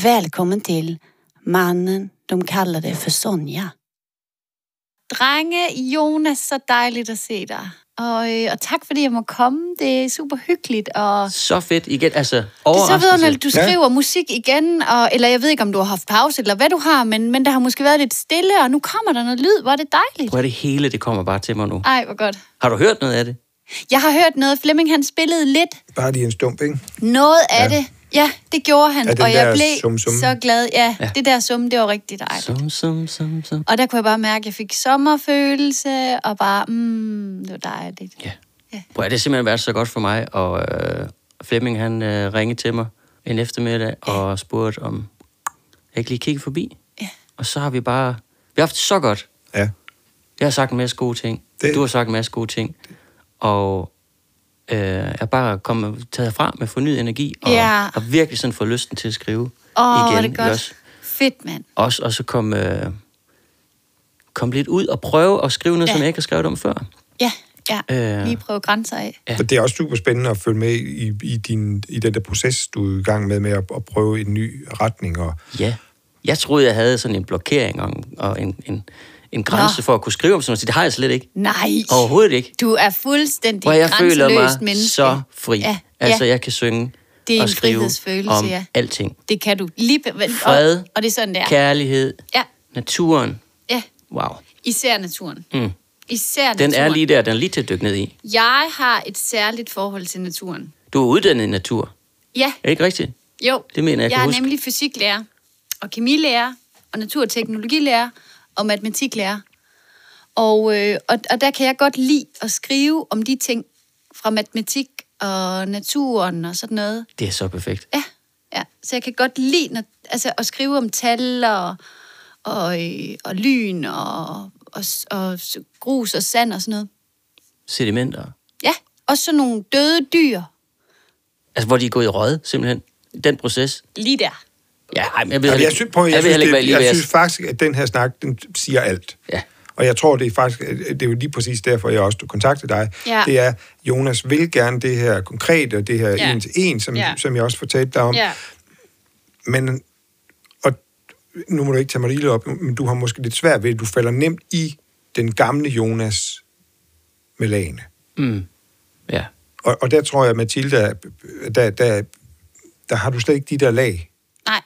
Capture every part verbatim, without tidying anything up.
Välkommen till mannen de kallade för Sonja. Drenge, Jonas, så dejligt at se dig. Og, øh, og tak fordi jeg må komme. Det er super hyggeligt. Og så fedt igen, altså det er så videre, du skriver ja. musik igen, og, eller jeg ved ikke, om du har haft pause, eller hvad du har, men, men der har måske været lidt stille, og nu kommer der noget lyd. Hvor er det dejligt. Hvor er det hele, det kommer bare til mig nu. Ej, hvor godt. Har du hørt noget af det? Jeg har hørt noget. Flemming, han spillede lidt. Bare lige en stump, ikke? Noget af ja. det. Ja, det gjorde han, ja, og jeg blev sum, sum. så glad. Ja, ja, det der sum, det var rigtig dejligt. Sum, sum, sum, sum. Og der kunne jeg bare mærke, at jeg fik sommerfølelse, og bare, mm, det var dejligt. Ja. Ja. Hvor er det simpelthen været så godt for mig, og øh, Flemming, han øh, ringede til mig en eftermiddag, ja. og spurgte, om jeg ikke lige kigge forbi. Ja. Og så har vi bare, vi har haft det så godt. Ja. Jeg har sagt en masse gode ting, det. Du har sagt en masse gode ting, og øh, jeg er bare kommet taget fra med fornyet energi, og, ja. og virkelig sådan fået lysten til at skrive oh, igen. Åh, det er godt. Også. Fedt, mand. Også, og så kom, øh, kom lidt ud og prøve at skrive noget, ja. som jeg ikke har skrevet om før. Ja, ja. Øh, lige prøve grænser af. Ja. Det er også super spændende at følge med i, i, din, i den der proces, du er i gang med, med at, at prøve en ny retning. Og... Ja, jeg troede, jeg havde sådan en blokering og en, og en, en, en grænse Nå. for at kunne skrive om sådan noget, så det har jeg slet ikke. Nej. Overhovedet ikke. Du er fuldstændig Hvor jeg føler mig menneske. så fri. Ja. Altså, jeg kan synge det er og skrive om ja. alting. Det kan du. Lige Fred, og, og det er sådan, det er. Kærlighed, ja. naturen. Ja. Wow. Især naturen. Mm. Især den naturen. er lige der, den er lige til at dykke ned i. Jeg har et særligt forhold til naturen. Du er uddannet i natur. Ja. Er det ikke rigtigt? Jo. Det mener jeg, jeg kan er huske. nemlig fysiklærer, og kemilærer, og naturteknologilærer, og matematiklærer. Og, øh, og, og der kan jeg godt lide at skrive om de ting fra matematik og naturen og sådan noget. Det er så perfekt. Ja, ja. Så jeg kan godt lide når, altså, at skrive om tal og, og, øh, og lyn og, og, og grus og sand og sådan noget. Sedimenter. Ja, også sådan nogle døde dyr. Altså, hvor de er gået i røde, simpelthen. Den proces. Lige der. Ja, ej, men jeg ved, Jamen, jeg, jeg, synes, prøv, jeg, jeg, synes, jeg, det, jeg, jeg synes faktisk, at den her snak, den siger alt. Ja. Og jeg tror, det er faktisk, det er jo lige præcis derfor, jeg også kontaktede dig. Ja. Det er, Jonas vil gerne det her konkrete, og det her ja. en til en, som, ja. som jeg også fortalte dig om. Ja. Men, og nu må du ikke tage mig lige op, men du har måske lidt svært ved, at du falder nemt i den gamle Jonas med lagene. Mm. Ja. Og, og der tror jeg, Mathilda, der, der, der har du slet ikke de der lag. Nej,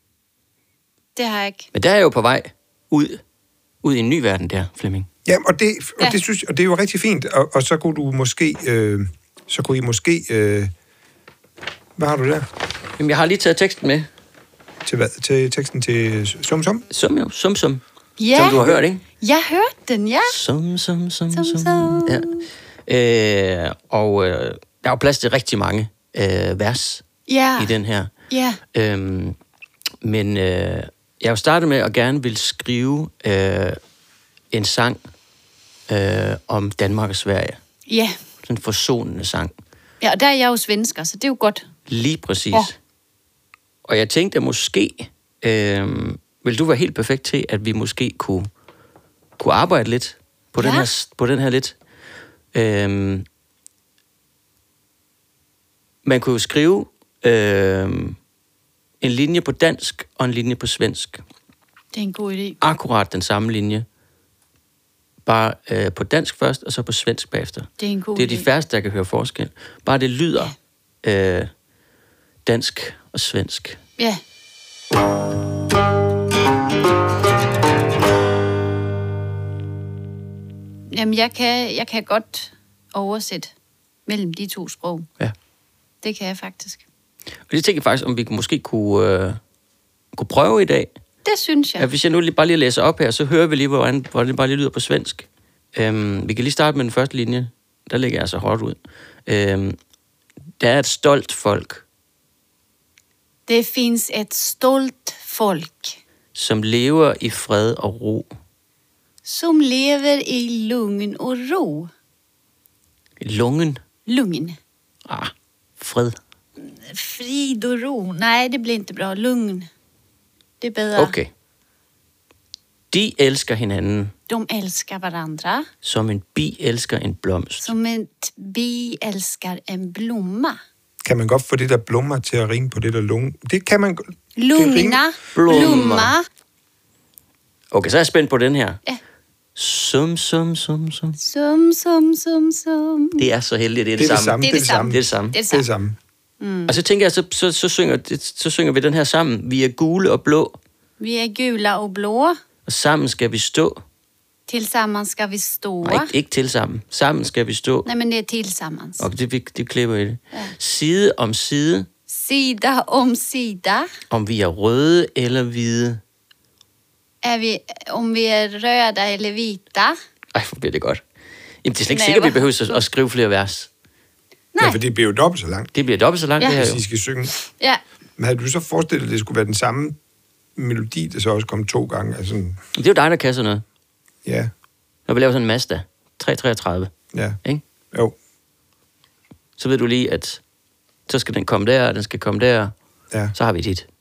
det har jeg ikke. Men der er jeg jo på vej ud, ud i en ny verden der, Flemming. Ja, og det, og ja. det synes og det er jo rigtig fint. Og, og så kunne du måske, øh, så kunne I måske, øh, hvad har du der? Jamen, jeg har lige taget teksten med. Til hvad? Til teksten til Sum Sum? Sum jo, Sum Sum. Ja. Som du har hørt, ikke? Jeg hørte den, ja. Sum Sum Sum Sum. Sum, sum. Ja. Øh, og øh, der er jo plads til rigtig mange øh, vers ja. i den her. Ja. Øhm, men øh, jeg har jo startet med at gerne vil skrive øh, en sang øh, om Danmark og Sverige. Ja. Sådan en forsonende sang. Ja, og der er jeg jo svensker, så det er jo godt. Lige præcis. Ja. Og jeg tænkte, at måske øh, vil du være helt perfekt til, at vi måske kunne, kunne arbejde lidt på, ja. den, her, på den her lidt. Øh, man kunne jo skrive øh, en linje på dansk og en linje på svensk. Det er en god idé. Akkurat den samme linje. Bare øh, på dansk først, og så på svensk bagefter. Det er en god Det er de idé. færreste, der kan høre forskel. Bare det lyder ja. øh, dansk og svensk. Ja. Jamen, jeg kan, jeg kan godt oversætte mellem de to sprog. Ja. Det kan jeg faktisk. Og det tænker jeg faktisk, om vi måske kunne, øh, kunne prøve i dag. Det synes jeg. Ja, hvis jeg nu lige, bare lige læser op her, så hører vi lige, hvordan, hvordan det bare lige lyder på svensk. Øhm, vi kan lige starte med den første linje. Der lægger jeg så hårdt ud. Øhm, der er et stolt folk. Det finns ett stolt folk. Som lever i fred og ro. Som lever i lugn och ro. Lungen. Lugn. Ah, fred. Frid och ro. Nej, det blir inte bra. Lugn. Det är bedre. Okay. De elsker hinanden. De älskar varandra. Som en bi elsker en blomst. Som ett bi älskar en blomma. Kan man godt få det der blommer til at rime på det der lunge? Det kan man. Lugna. Blomma. Blomma. Okay, så er jeg spændt på den her. Ja. Sum, sum, sum, sum. Sum, sum, sum, sum. Det er så heldigt, det er det, Det er samme. det samme. Det er det samme. Det er det samme. Det er det Det er det samme. samme. Og så tænker jeg, så, så, så, synger, det, så synger vi den her sammen. Vi er gule og blå, Vi är gula och blå. og sammen skal vi stå. Tillsammans ska vi stå. Nej, ikke, ikke til sammen. Sammen skal vi stå. Nej, men det är tillsammans. Og det, vi, det klipper i det. Side om side, Sida om sida. om vi er røde eller hvide. Är vi, om vi är röda eller vita. Ej, hvor bliver det godt. Jamen, det er slet ikke Nej, sikkert, vi hvor- behøver at, at skrive flere vers. Nej. Nej. Ja, for det bliver jo dobbelt så langt, Det bliver dobbelt så langt, Ja. det her hvis jo. I skal synge. Ja. Men havde du så forestillet, at det skulle være den samme melodi, der så også kom to gange? Altså, sådan- Det er jo dig, der kan sådan noget. ja, Når vi laver sådan en Mazda tre treogtredive, ja, ikke? jo, Så ved du lige, at så skal den komme der, og den skal komme der. ja. Så har vi et hit.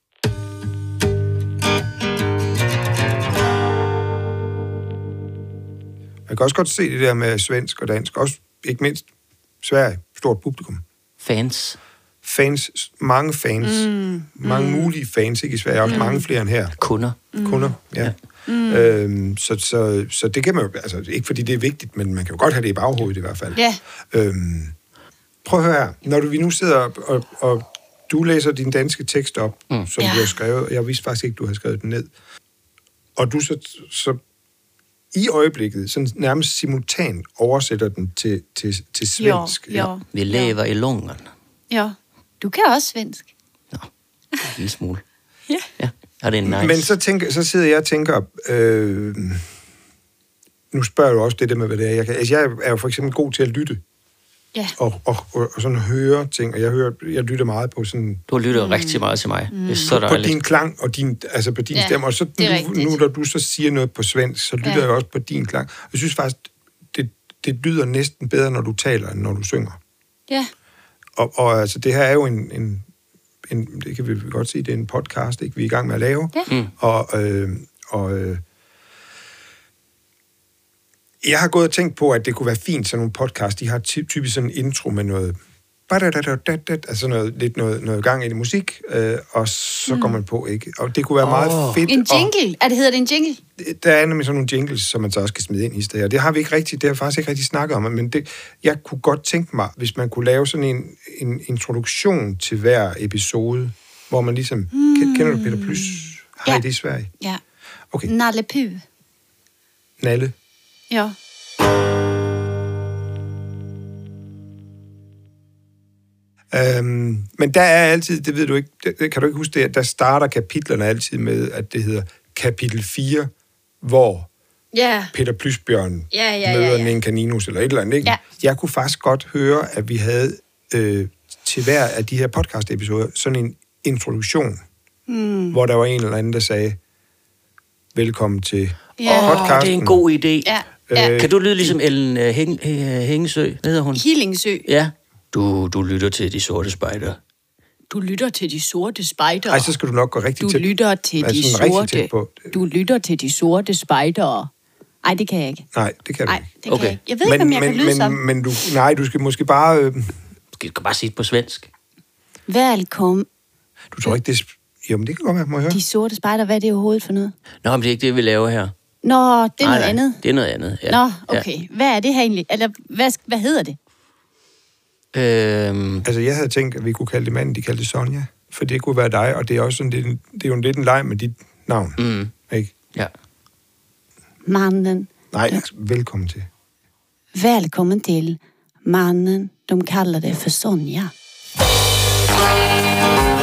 Jeg kan også godt se det der med svensk og dansk, også ikke mindst Sverige, stort publikum. Fans. Fans, mange fans, mm. mange mm. mulige fans, ikke i Sverige, også mm. mange flere end her. Kunder. Mm. Kunder, ja. Mm. Øhm, så, så, så det kan man jo, altså ikke fordi det er vigtigt, men man kan jo godt have det i baghovedet i hvert fald. Ja. Øhm, prøv at høre her, når du, vi nu sidder og, og, og du læser din danske tekst op, mm. som Ja. du har skrevet, jeg vidste faktisk ikke, du har skrevet den ned, og du så, så i øjeblikket sådan nærmest simultant oversætter den til, til, til svensk. Ja, ja. Vi lever i lången. Ja. Du kan også svensk. Nå, en lille smule. Ja. Ja, og det er nice. Men så, tænker, så sidder jeg og tænker, øh, nu spørger du også det der med, hvad det er. Jeg, kan, altså jeg er jo for eksempel god til at lytte, Ja. og, og, og, og sådan høre ting, og jeg, hører, jeg lytter meget på sådan... Du har lyttet mm. rigtig meget til mig. Mm. Det er så På dejligt. din klang og din, altså på din Ja, stemme, og så det er nu, rigtigt. nu, når du så siger noget på svensk, så lytter Ja. jeg også på din klang. Jeg synes faktisk, det, det lyder næsten bedre, når du taler, end når du synger. Ja. Og, og altså, det her er jo en, en, en, det kan vi godt sige, det er en podcast, ikke, vi er i gang med at lave. Ja. Mm. Og, øh, og øh, jeg har gået og tænkt på, at det kunne være fint, sådan nogle podcast, de har ty- typisk sådan en intro med noget, altså noget, lidt noget, noget gang i det musik, øh, og så mm. går man på, ikke? Og det kunne være oh. meget fedt. En jingle. Er det hedder det en jingle? Og der er nemlig sådan nogle jingles, som man så også kan smide ind i stedet. Og det har vi ikke rigtig, det har jeg faktisk ikke rigtig snakket om, men det, jeg kunne godt tænke mig, hvis man kunne lave sådan en, en introduktion til hver episode, hvor man ligesom, mm. kender du Peter Plys? Har Ja. I det i Sverige? Ja. Okay, Nalle Puh. Nalle. Ja. Øhm, men der er altid, det ved du ikke, det, kan du ikke huske det, der starter kapitlerne altid med, at det hedder kapitel fire, hvor Ja. Peter Plysbjørn Ja, ja, ja, møder ja. en kaninus eller et eller andet, ikke? Ja. Jeg kunne faktisk godt høre, at vi havde øh, til hver af de her podcast-episoder sådan en introduktion, mm. hvor der var en eller anden, der sagde, velkommen til Ja. Åh, podcasten. det er en god idé. Ja. Ja. Øh, Kan du lyde ligesom Ellen uh, Heng, uh, Hængesø? Hvad hedder hun? Hillingsø. Ja. Du, du lytter til De Sorte Spejder. Du lytter til de sorte spejdere. Ej, så skal du nok gå rigtig Du tæt. lytter til Altså, de sådan rigtig tæt sorte. på. Du lytter til de sorte spejdere. Ej, det kan jeg ikke. Nej, det kan du Nej, ikke. det kan Okay. jeg ikke. Jeg ved ikke, om jeg men, kan lyde men, som. men du, nej, du skal måske bare... Øh, Du skal bare sige det på svensk. Velkommen. du tror ikke, det er... sp- Jo, men det kan godt være, må jeg høre. De sorte spejdere, hvad er det overhovedet for noget? Nå, men det er ikke det, vi laver her. Nå, det er Nej, noget nej, andet. Det er noget andet, ja. Nå, okay. Hvad er det her egentlig? Eller hvad, hvad hedder det? Ja. Øhm, Altså, jeg havde tænkt, at vi kunne kalde det manden, de kaldte det Sonja. For det kunne være dig, og det er også sådan, det er, det er jo lidt en leg med dit navn. mm, Ikke? ja. Mannen. Nej, velkommen til. Välkommen till mannen de kallade för Sonja.